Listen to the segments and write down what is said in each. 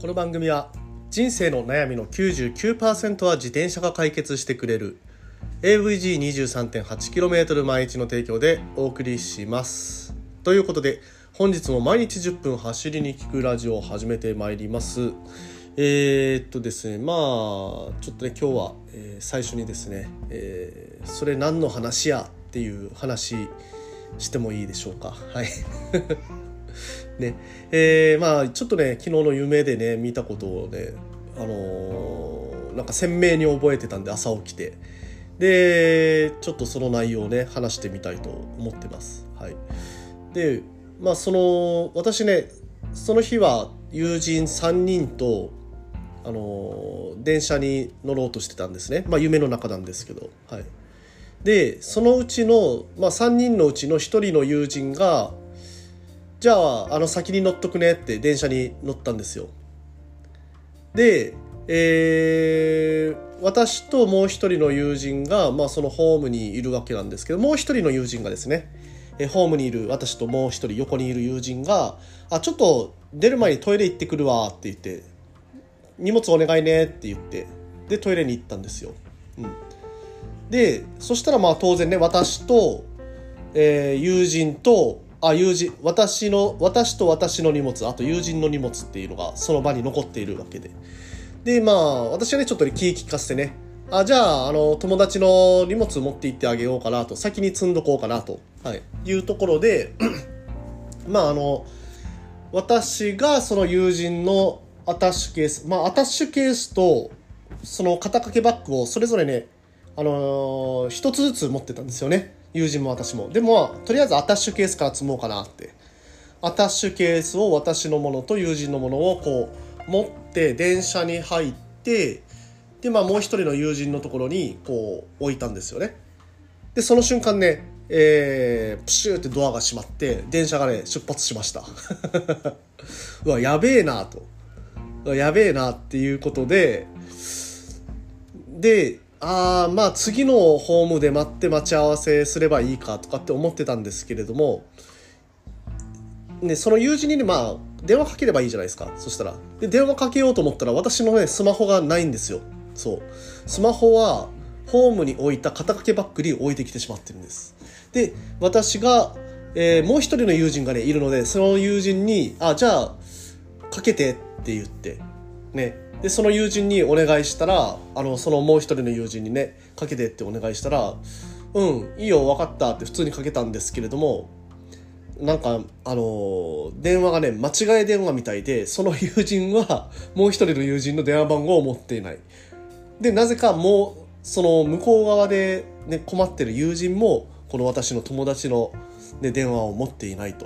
この番組は人生の悩みの 99% は自転車が解決してくれる AVG23.8km 毎日の提供でお送りします。ということで本日も毎日10分走りに聞くラジオを始めてまいります。ですね、ちょっとね今日は、最初にですね、それ何の話やっていう話してもいいでしょうか。はいね、ちょっとね昨日の夢でね見たことをねなんか鮮明に覚えてたんで朝起きてでちょっとその内容をね話してみたいと思ってます。はい。で私ねその日は友人3人と電車に乗ろうとしてたんですね。夢の中なんですけど、はい。でそのうちの、3人のうちの1人の友人がじゃあ先に乗っとくねって電車に乗ったんですよ。で、私ともう一人の友人が、そのホームにいるわけなんですけど、もう一人の友人がですね、ホームにいる私ともう一人横にいる友人がちょっと出る前にトイレ行ってくるわって言って荷物お願いねって言ってでトイレに行ったんですよ。でそしたら当然ね私と、友人と私と私の荷物あと友人の荷物っていうのがその場に残っているわけで私はねちょっと気利かせてねじゃあ友達の荷物持って行ってあげようかなと先に積んどこうかなと、いうところで私がその友人のアタッシュケースアタッシュケースとその肩掛けバッグをそれぞれね一つずつ持ってたんですよね。友人も私も。でもとりあえずアタッシュケースから積もうかなってアタッシュケースを私のものと友人のものをこう持って電車に入ってでもう一人の友人のところにこう置いたんですよね。でその瞬間ね、プシューってドアが閉まって電車がね出発しましたうわやべえなっていうことで次のホームで待ち合わせすればいいかとかって思ってたんですけれども、ね、その友人にね電話かければいいじゃないですか。そしたらで電話かけようと思ったら私のねスマホがないんですよ。そうスマホはホームに置いた肩掛けバッグに置いてきてしまってるんです。で私が、もう一人の友人がねいるのでその友人にじゃあかけてって言ってねでその友人にお願いしたらそのもう一人の友人にねかけてってお願いしたらいいよ分かったって普通にかけたんですけれどもなんか電話がね間違い電話みたいでその友人はもう一人の友人の電話番号を持っていないでなぜかもうその向こう側で、ね、困ってる友人もこの私の友達の、ね、電話を持っていないと、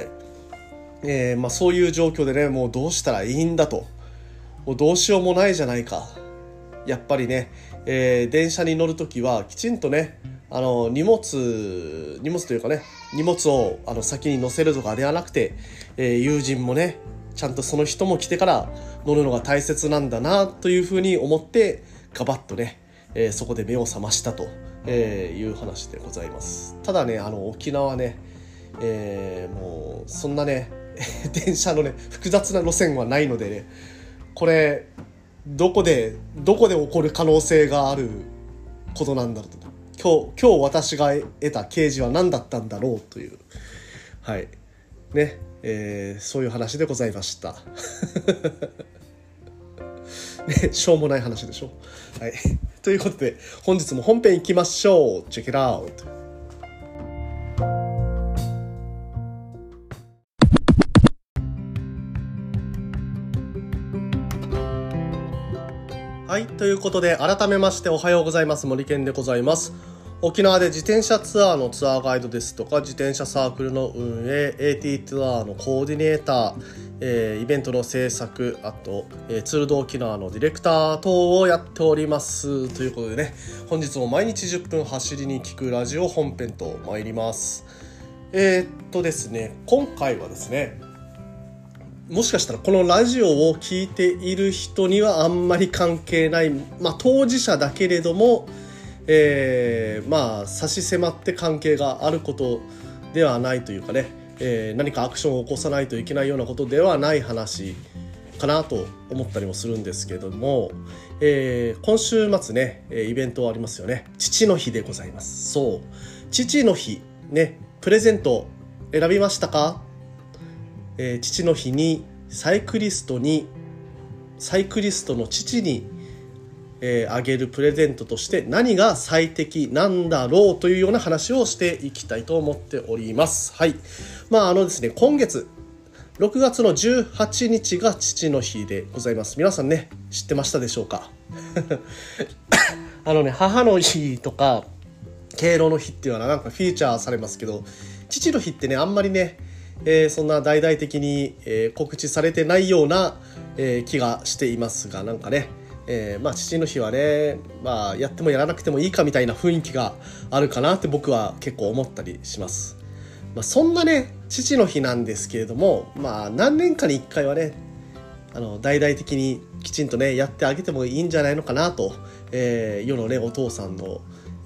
そういう状況でねもうどうしたらいいんだともうどうしようもないじゃないか。やっぱりね、電車に乗るときはきちんとね荷物というかね荷物を先に乗せるとかではなくて、友人もねちゃんとその人も来てから乗るのが大切なんだなというふうに思ってガバッとね、そこで目を覚ましたと、いう話でございます。ただね沖縄ね、もうそんなね電車のね複雑な路線はないのでねこれどこで起こる可能性があることなんだろうと今日私が得た啓示は何だったんだろうというね、そういう話でございましたね、しょうもない話でしょ。ということで本日も本編行きましょう。チェックイットアウト。ということで改めましておはようございます。森健でございます。沖縄で自転車ツアーのツアーガイドですとか自転車サークルの運営 AT ツアーのコーディネーター、イベントの制作あと、ツールド沖縄のディレクター等をやっておりますということでね本日も毎日10分走りに聞くラジオ本編と参ります。ですね今回はですねもしかしたらこのラジオを聞いている人にはあんまり関係ない、当事者だけれども、差し迫って関係があることではないというかね、何かアクションを起こさないといけないようなことではない話かなと思ったりもするんですけども、今週末ねイベントありますよね。父の日でございます。そう、父の日ね、プレゼント選びましたか？父の日にサイクリストの父にあげるプレゼントとして何が最適なんだろうというような話をしていきたいと思っております。はい。ですね、今月6月の18日が父の日でございます。皆さんね、知ってましたでしょうか？母の日とか敬老の日っていうのはなんかフィーチャーされますけど、父の日ってね、あんまりね、そんな大々的に、告知されてないような、気がしていますが、なんかね、父の日はね、やってもやらなくてもいいかみたいな雰囲気があるかなって僕は結構思ったりします。そんなね父の日なんですけれども、何年かに1回はね大々的にきちんとねやってあげてもいいんじゃないのかなと、世のねお父さんの、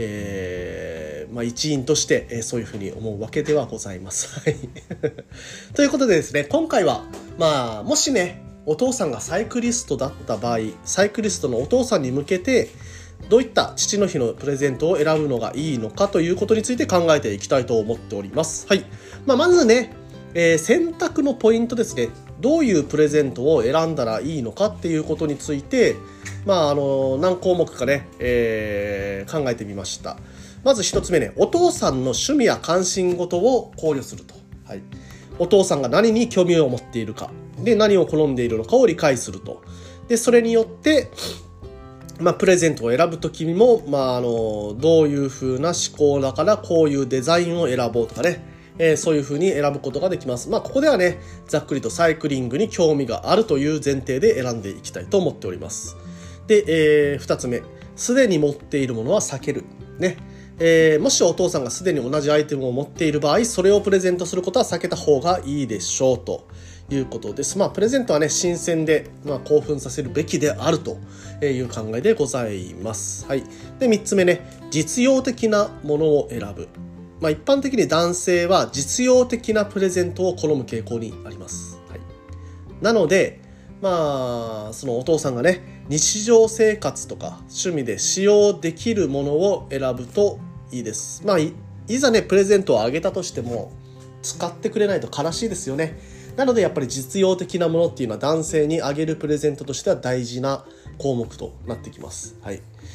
一員として、そういうふうに思うわけではございます。はいということでですね、今回はもしねお父さんがサイクリストだった場合、サイクリストのお父さんに向けてどういった父の日のプレゼントを選ぶのがいいのかということについて考えていきたいと思っております。はい。まずね、選択のポイントですね。どういうプレゼントを選んだらいいのかっていうことについて、何項目かね、考えてみました。まず一つ目ね、お父さんの趣味や関心事を考慮すると。はい。お父さんが何に興味を持っているか、で何を好んでいるのかを理解すると。でそれによってプレゼントを選ぶときにも、どういう風な思考だからこういうデザインを選ぼうとかね、そういう風に選ぶことができます。ここではね、ざっくりとサイクリングに興味があるという前提で選んでいきたいと思っております。で、2つ目、すでに持っているものは避ける。ね。もしお父さんがすでに同じアイテムを持っている場合、それをプレゼントすることは避けた方がいいでしょうということです。プレゼントはね、新鮮で、興奮させるべきであるという考えでございます。はい。で、3つ目ね、実用的なものを選ぶ。一般的に男性は実用的なプレゼントを好む傾向にあります。はい。なので、そのお父さんがね、日常生活とか趣味で使用できるものを選ぶといいです。いざね、プレゼントをあげたとしても、使ってくれないと悲しいですよね。なのでやっぱり実用的なものっていうのは男性にあげるプレゼントとしては大事な項目となってきます。はい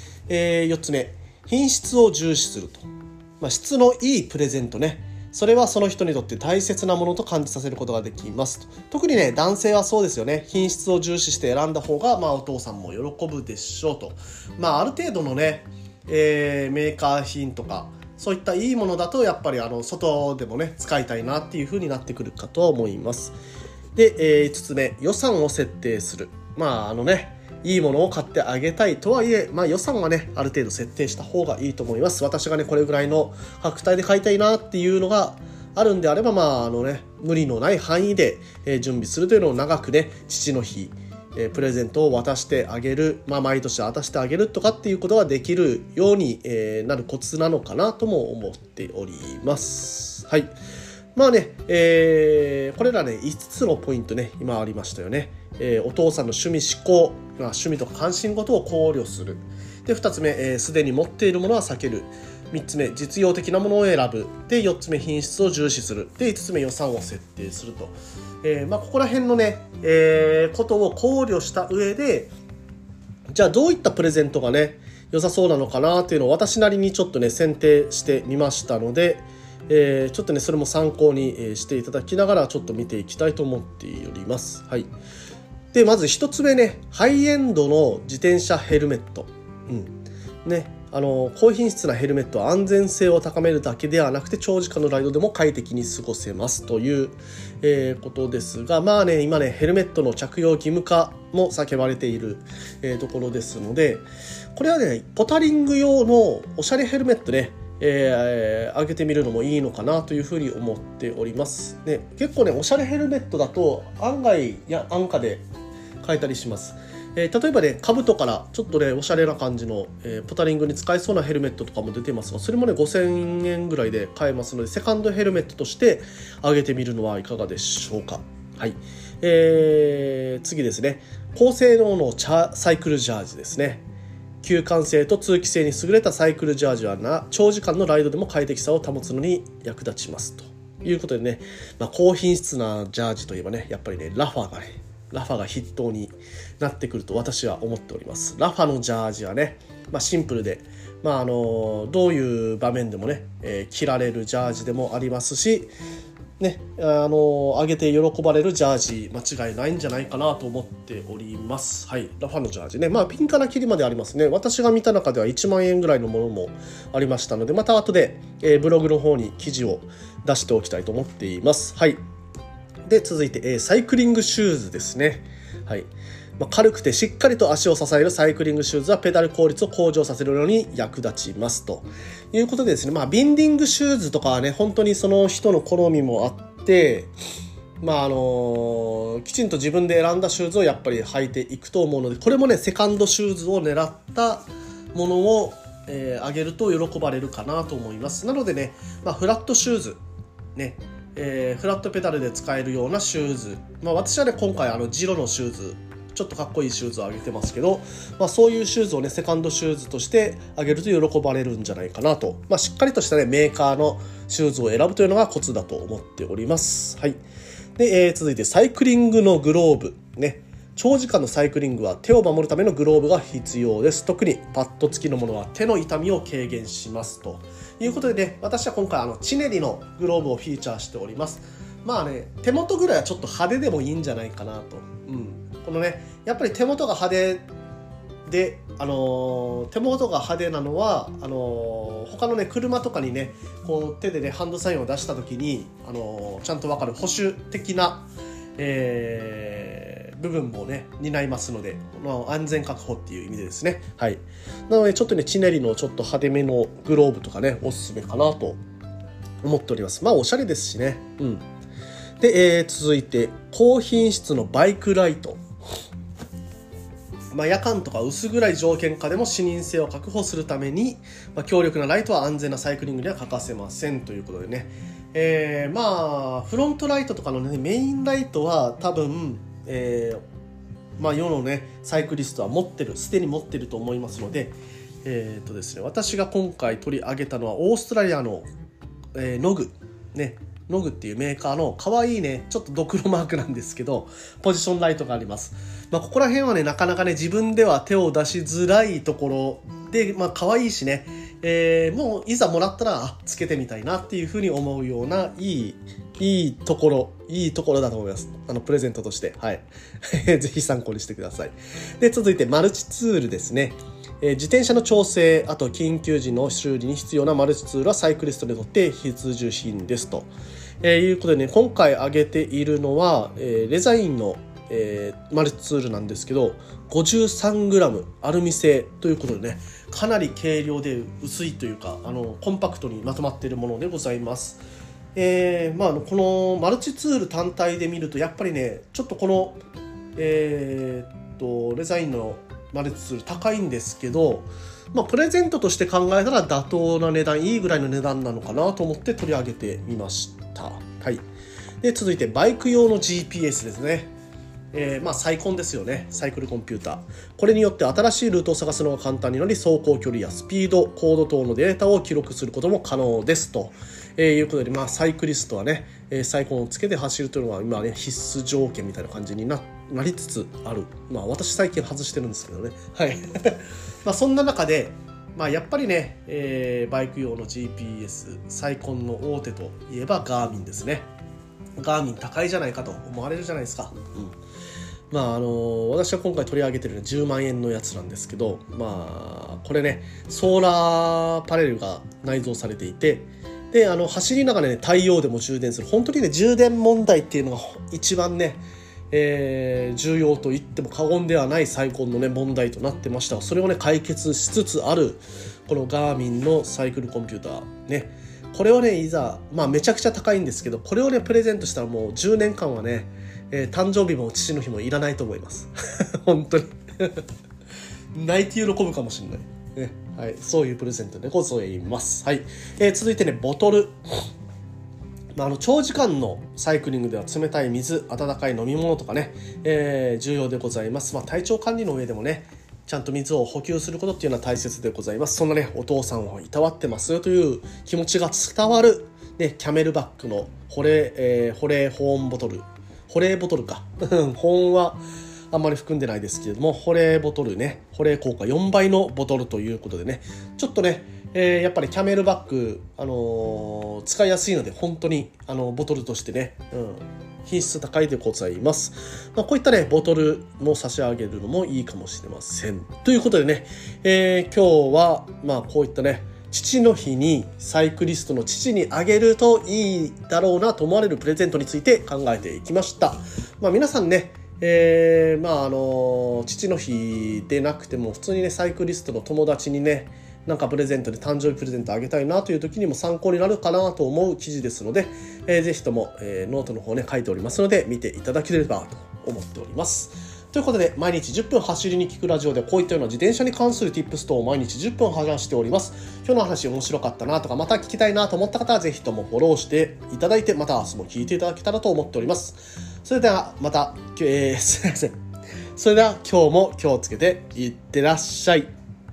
。4つ目、品質を重視すると。質のいいプレゼントね。それはその人にとって大切なものと感じさせることができますと。特にね、男性はそうですよね。品質を重視して選んだ方が、お父さんも喜ぶでしょうと。ある程度のね、メーカー品とか、そういったいいものだとやっぱり外でもね使いたいなっていう風になってくるかとは思います。で、5つ目、予算を設定する。いいものを買ってあげたいとはいえ、予算はねある程度設定した方がいいと思います。私がねこれぐらいの価格帯で買いたいなっていうのがあるんであれば無理のない範囲で準備するというのを長くね父の日プレゼントを渡してあげる、毎年渡してあげるとかっていうことができるようになるコツなのかなとも思っております。はい。これらね5つのポイントね今ありましたよね。お父さんの趣味思考、趣味とか関心事を考慮する。で2つ目、すでに持っているものは避ける。3つ目、実用的なものを選ぶ。で4つ目、品質を重視する。で5つ目、予算を設定すると。ここら辺のね、ことを考慮した上で、じゃあどういったプレゼントがね良さそうなのかなっていうのを私なりにちょっとね選定してみましたので、ちょっとねそれも参考にしていただきながらちょっと見ていきたいと思っております。はい。でまず1つ目ね、ハイエンドの自転車ヘルメット。高品質なヘルメットは安全性を高めるだけではなくて長時間のライドでも快適に過ごせますという、ことですが、今ねヘルメットの着用義務化も叫ばれている、ところですので、これはねポタリング用のおしゃれヘルメットね上げてみるのもいいのかなというふうに思っております。結構ねおしゃれヘルメットだと案外安価で買えたりします。例えばね、兜からちょっとねおしゃれな感じの、ポタリングに使えそうなヘルメットとかも出てますが、それもね5000円ぐらいで買えますので、セカンドヘルメットとして上げてみるのはいかがでしょうか。 はい。次ですね。高性能のサイクルジャージですね。吸汗性と通気性に優れたサイクルジャージは長時間のライドでも快適さを保つのに役立ちますということでね、高品質なジャージといえばね、やっぱりねラファが筆頭になってくると私は思っております。ラファのジャージはね、シンプルで、どういう場面でもね、着られるジャージでもありますしね、上げて喜ばれるジャージ間違いないんじゃないかなと思っております。はい、ラファのジャージね、ピンからキリまでありますね。私が見た中では1万円ぐらいのものもありましたので、また後で、ブログの方に記事を出しておきたいと思っています。はい。で続いて、サイクリングシューズですね。はい。軽くてしっかりと足を支えるサイクリングシューズはペダル効率を向上させるのに役立ちますということでですね、ビンディングシューズとかはね、本当にその人の好みもあって、きちんと自分で選んだシューズをやっぱり履いていくと思うので、これもねセカンドシューズを狙ったものを、あげると喜ばれるかなと思います。なのでね、フラットシューズね、フラットペダルで使えるようなシューズ、私はね今回ジロのシューズちょっとかっこいいシューズをあげてますけど、そういうシューズをねセカンドシューズとしてあげると喜ばれるんじゃないかなと、しっかりとしたねメーカーのシューズを選ぶというのがコツだと思っております。はい。で、続いてサイクリングのグローブね。長時間のサイクリングは手を守るためのグローブが必要です。特にパッド付きのものは手の痛みを軽減しますということでね、私は今回チネリのグローブをフィーチャーしております。手元ぐらいはちょっと派手でもいいんじゃないかなと。このねやっぱり手元が派手で、手元が派手なのは他のね車とかにねこう手でねハンドサインを出した時にちゃんと分かる保守的な、部分もね担いますので、安全確保っていう意味でですね。はい。なのでちょっとねチネリのちょっと派手めのグローブとかねおすすめかなと思っております。おしゃれですしね。で、続いて高品質のバイクライト。夜間とか薄暗い条件下でも視認性を確保するために、強力なライトは安全なサイクリングには欠かせませんということでね、フロントライトとかの、ね、メインライトは多分、世のねサイクリストはすでに持ってると思いますので、ですね、私が今回取り上げたのはオーストラリアの、ノグね、ノグっていうメーカーの可愛いねちょっとドクロマークなんですけどポジションライトがあります。ここら辺はねなかなかね自分では手を出しづらいところで可愛いしね、もういざもらったらつけてみたいなっていうふうに思うようないいところだと思います。プレゼントとして、はいぜひ参考にしてください。で続いてマルチツールですね。自転車の調整、あと緊急時の修理に必要なマルチツールはサイクリストにとって必需品ですと、いうことでね、今回挙げているのは、レザインの、マルチツールなんですけど 53g アルミ製ということでね、かなり軽量で薄いというかコンパクトにまとまっているものでございます。このマルチツール単体で見るとやっぱりねちょっとこの、レザインのマルチツール高いんですけど、プレゼントとして考えたら妥当な値段、いいぐらいの値段なのかなと思って取り上げてみました。はい。で続いてバイク用の GPS ですね。サイコンですよね。サイクルコンピューター。これによって新しいルートを探すのが簡単になり、走行距離やスピード、高度等のデータを記録することも可能ですと、いうことで、サイクリストはね、サイコンをつけて走るというのが今ね必須条件みたいな感じになりつつある。私最近外してるんですけどね。はい。そんな中で、やっぱりね、バイク用の GPS サイコンの大手といえばガーミンですね。ガーミン高いじゃないかと思われるじゃないですか。私は今回取り上げてるのは10万円のやつなんですけど、これねソーラーパネルが内蔵されていて、で走りながらね太陽でも充電する、本当にね充電問題っていうのが一番ね、重要と言っても過言ではないサイコンのね問題となってましたが、それをね解決しつつあるこのガーミンのサイクルコンピューターね、これをねいざめちゃくちゃ高いんですけど、これをねプレゼントしたらもう10年間はね、誕生日も父の日もいらないと思います本当に泣いて喜ぶかもしれないね。はい、そういうプレゼントでございます。はい、続いてねボトル長時間のサイクリングでは冷たい水、温かい飲み物とかね、重要でございます。体調管理の上でもね、ちゃんと水を補給することっていうのは大切でございます。そんなね、お父さんをいたわってますよという気持ちが伝わる、ね、キャメルバックの保冷保温ボトル、保冷ボトルか保温はあんまり含んでないですけれども、保冷ボトルね、保冷効果4倍のボトルということでね、ちょっとね、やっぱりキャメルバッグ、使いやすいので本当にボトルとしてね、品質高いでございます。こういったねボトルも差し上げるのもいいかもしれません。ということでね、今日はこういったね父の日にサイクリストの父にあげるといいだろうなと思われるプレゼントについて考えていきました。皆さんね、父の日でなくても普通にねサイクリストの友達にねなんかプレゼントで誕生日プレゼントあげたいなという時にも参考になるかなと思う記事ですので、ぜひとも、ノートの方ね書いておりますので見ていただければと思っております。ということで毎日10分走りに聞くラジオでこういったような自転車に関する Tips 等を毎日10分話しております。今日の話面白かったなとかまた聞きたいなと思った方はぜひともフォローしていただいてまた明日も聞いていただけたらと思っております。それではまた、すいません。それでは今日も気をつけていってらっしゃい。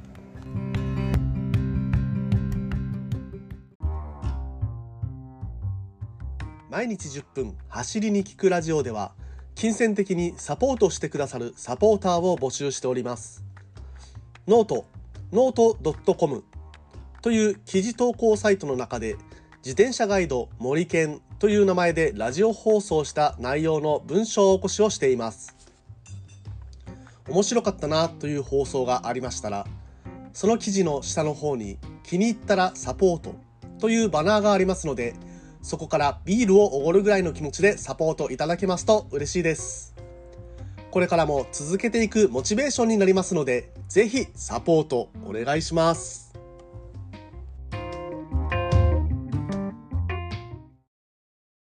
毎日10分走りに聞くラジオでは金銭的にサポートしてくださるサポーターを募集しております。ノート .com という記事投稿サイトの中で自転車ガイド森健という名前でラジオ放送した内容の文章起こしをしています。面白かったなという放送がありましたら、その記事の下の方に気に入ったらサポートというバナーがありますので、そこからビールをおごるぐらいの気持ちでサポートいただけますと嬉しいです。これからも続けていくモチベーションになりますので、ぜひサポートお願いします。